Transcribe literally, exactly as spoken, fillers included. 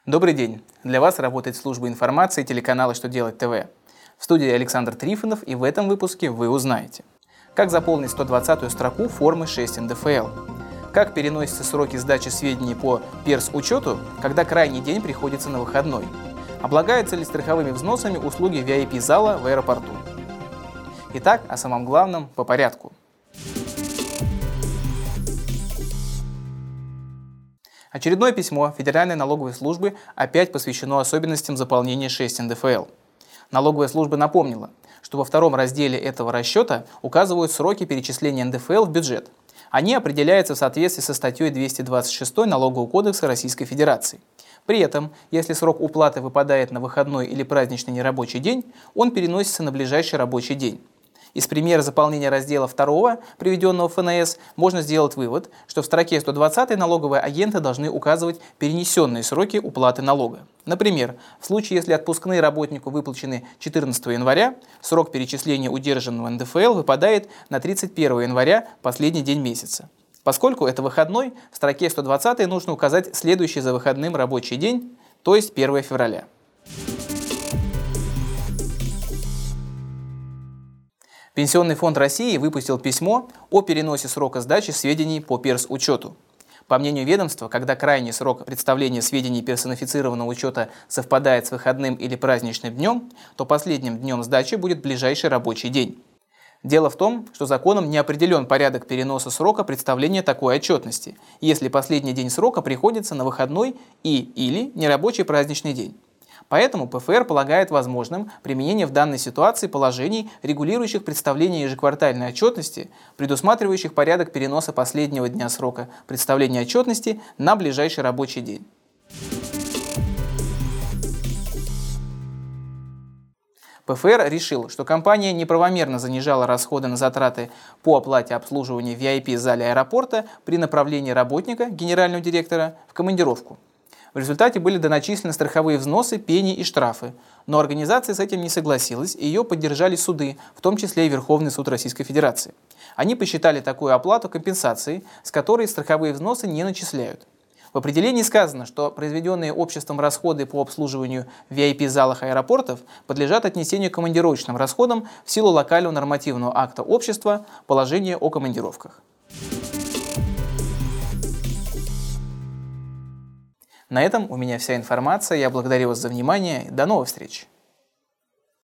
Добрый день! Для вас работает служба информации телеканала «Что делать ТВ». В студии Александр Трифонов, и в этом выпуске вы узнаете: как заполнить сто двадцатую строку формы шесть эн дэ эф эл, как переносятся сроки сдачи сведений по перс-учету, когда крайний день приходится на выходной, облагаются ли страховыми взносами услуги ви ай пи-зала в аэропорту. Итак, о самом главном по порядку. Очередное письмо Федеральной налоговой службы опять посвящено особенностям заполнения шесть эн дэ эф эл. Налоговая служба напомнила, что во втором разделе этого расчета указывают сроки перечисления эн дэ эф эл в бюджет. Они определяются в соответствии со статьей двести двадцать шесть Налогового кодекса Российской Федерации. При этом, если срок уплаты выпадает на выходной или праздничный нерабочий день, он переносится на ближайший рабочий день. Из примера заполнения раздела два, приведенного в эф эн эс, можно сделать вывод, что в строке сто двадцать налоговые агенты должны указывать перенесенные сроки уплаты налога. Например, в случае, если отпускные работнику выплачены четырнадцатого января, срок перечисления удержанного эн дэ эф эл выпадает на тридцать первого января, последний день месяца. Поскольку это выходной, в строке сто двадцать нужно указать следующий за выходным рабочий день, то есть первого февраля. Пенсионный фонд России выпустил письмо о переносе срока сдачи сведений по перс-учету. По мнению ведомства, когда крайний срок представления сведений персонифицированного учета совпадает с выходным или праздничным днем, то последним днем сдачи будет ближайший рабочий день. Дело в том, что законом не определен порядок переноса срока представления такой отчетности, если последний день срока приходится на выходной и или нерабочий праздничный день. Поэтому пэ эф эр полагает возможным применение в данной ситуации положений, регулирующих представление ежеквартальной отчетности, предусматривающих порядок переноса последнего дня срока представления отчетности на ближайший рабочий день. пэ эф эр решил, что компания неправомерно занижала расходы на затраты по оплате обслуживания в ви ай пи-зале аэропорта при направлении работника, генерального директора, в командировку. В результате были доначислены страховые взносы, пени и штрафы, но организация с этим не согласилась, и ее поддержали суды, в том числе и Верховный суд Российской Федерации. Они посчитали такую оплату компенсацией, с которой страховые взносы не начисляют. В определении сказано, что произведенные обществом расходы по обслуживанию в ви ай пи-залах аэропортов подлежат отнесению к командировочным расходам в силу локального нормативного акта общества «Положение о командировках». На этом у меня вся информация. Я благодарю вас за внимание. До новых встреч!